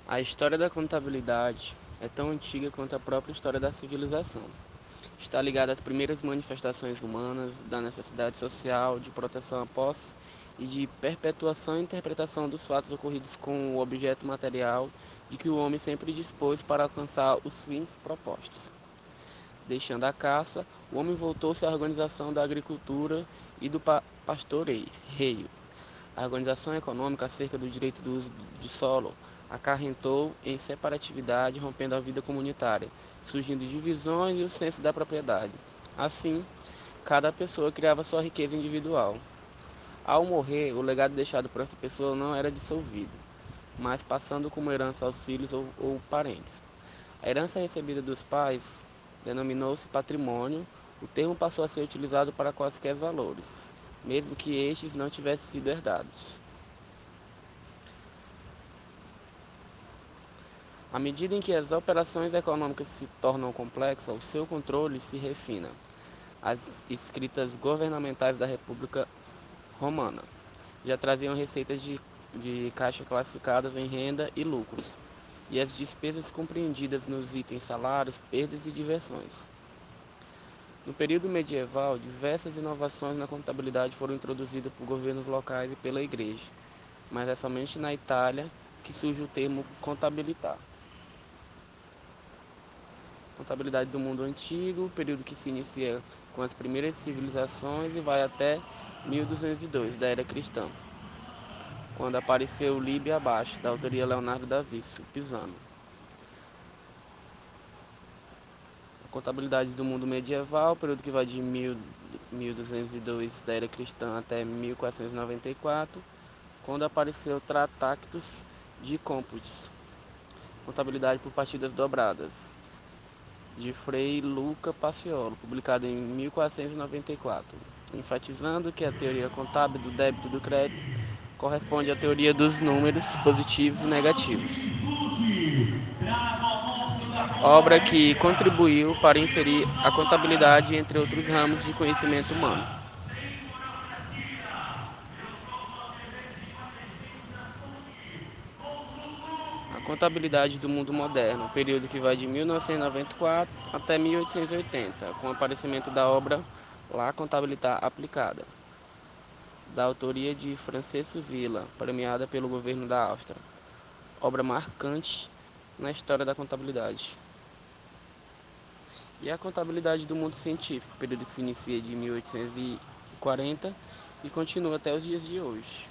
A história da contabilidade é tão antiga quanto a própria história da civilização. Está ligada às primeiras manifestações humanas, da necessidade social, de proteção à posse e de perpetuação e interpretação dos fatos ocorridos com o objeto material de que o homem sempre dispôs para alcançar os fins propostos. Deixando a caça, o homem voltou-se à organização da agricultura e do pastoreio. A organização econômica acerca do direito do uso de solo acarretou em separatividade, rompendo a vida comunitária, surgindo divisões e o senso da propriedade. Assim, cada pessoa criava sua riqueza individual. Ao morrer, o legado deixado por esta pessoa não era dissolvido, mas passando como herança aos filhos ou parentes. A herança recebida dos pais denominou-se patrimônio. O termo passou a ser utilizado para quaisquer valores, mesmo que estes não tivessem sido herdados. À medida em que as operações econômicas se tornam complexas, o seu controle se refina. As escritas governamentais da República Romana já traziam receitas de caixa classificadas em renda e lucros, e as despesas compreendidas nos itens salários, perdas e diversões. No período medieval, diversas inovações na contabilidade foram introduzidas por governos locais e pela Igreja, mas é somente na Itália que surge o termo contabilitar. Contabilidade do mundo antigo, período que se inicia com as primeiras civilizações e vai até 1202, da era cristã, quando apareceu Líbia abaixo, da autoria Leonardo da Vinci, Pisano. A contabilidade do mundo medieval, período que vai de 1202 da era cristã até 1494, quando apareceu Tratactus de Complutense, contabilidade por partidas dobradas, de Frei Luca Paciolo, publicado em 1494, enfatizando que a teoria contábil do débito e do crédito corresponde à teoria dos números positivos e negativos, obra que contribuiu para inserir a contabilidade entre outros ramos de conhecimento humano. A contabilidade do mundo moderno, período que vai de 1994 até 1880, com o aparecimento da obra La Contabilità Aplicada, da autoria de Francesco Villa, premiada pelo governo da Áustria, obra marcante na história da contabilidade. E a contabilidade do mundo científico, período que se inicia de 1840 e continua até os dias de hoje.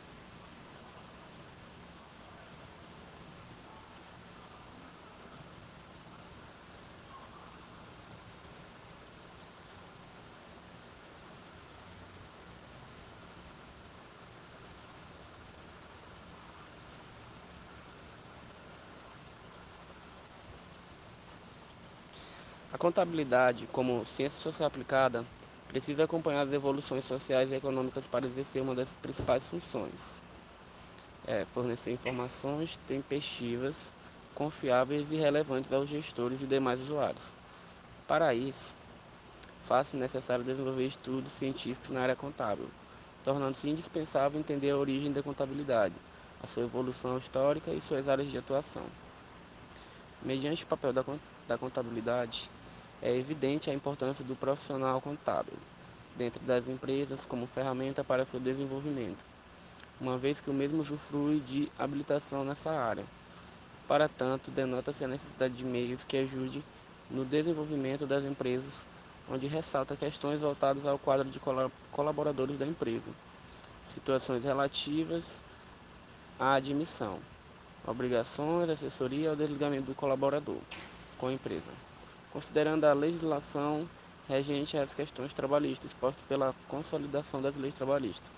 A contabilidade, como ciência social aplicada, precisa acompanhar as evoluções sociais e econômicas para exercer uma das principais funções: fornecer informações tempestivas, confiáveis e relevantes aos gestores e demais usuários. Para isso, faz-se necessário desenvolver estudos científicos na área contábil, tornando-se indispensável entender a origem da contabilidade, a sua evolução histórica e suas áreas de atuação. Mediante o papel da contabilidade, é evidente a importância do profissional contábil dentro das empresas como ferramenta para seu desenvolvimento, uma vez que o mesmo usufrui de habilitação nessa área. Para tanto, denota-se a necessidade de meios que ajudem no desenvolvimento das empresas, onde ressalta questões voltadas ao quadro de colaboradores da empresa, situações relativas à admissão, obrigações, assessoria ao desligamento do colaborador com a empresa, considerando a legislação regente às questões trabalhistas exposta pela consolidação das leis trabalhistas.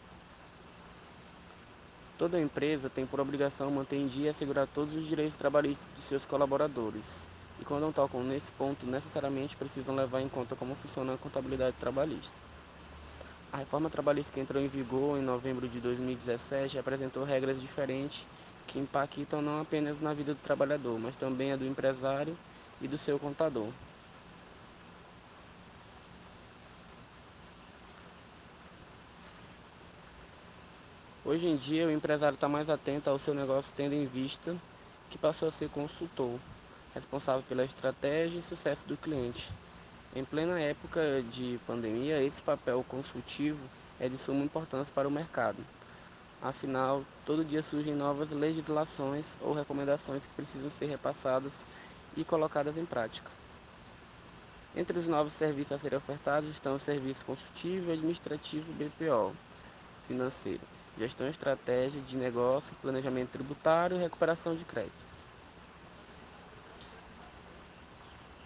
Toda empresa tem por obrigação manter em dia e assegurar todos os direitos trabalhistas de seus colaboradores, e quando não tocam nesse ponto, necessariamente precisam levar em conta como funciona a contabilidade trabalhista. A reforma trabalhista que entrou em vigor em novembro de 2017 apresentou regras diferentes que impactam não apenas na vida do trabalhador, mas também a do empresário e do seu contador. Hoje em dia, o empresário está mais atento ao seu negócio, tendo em vista que passou a ser consultor, responsável pela estratégia e sucesso do cliente. Em plena época de pandemia, esse papel consultivo é de suma importância para o mercado. Afinal, todo dia surgem novas legislações ou recomendações que precisam ser repassadas e colocadas em prática. Entre os novos serviços a serem ofertados estão o serviço consultivo e administrativo BPO, financeiro, gestão e estratégia de negócio, planejamento tributário e recuperação de crédito.